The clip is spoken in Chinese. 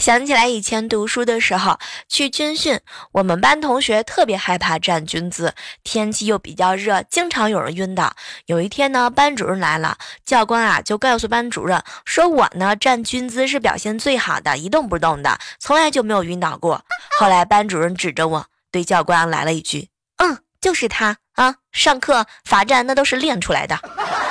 想起来以前读书的时候，去军训，我们班同学特别害怕站军姿，天气又比较热，经常有人晕倒。有一天呢，班主任来了，教官啊就告诉班主任说，我呢站军姿是表现最好的，一动不动的，从来就没有晕倒过。后来班主任指着我对教官来了一句，就是他啊，上课罚站那都是练出来的。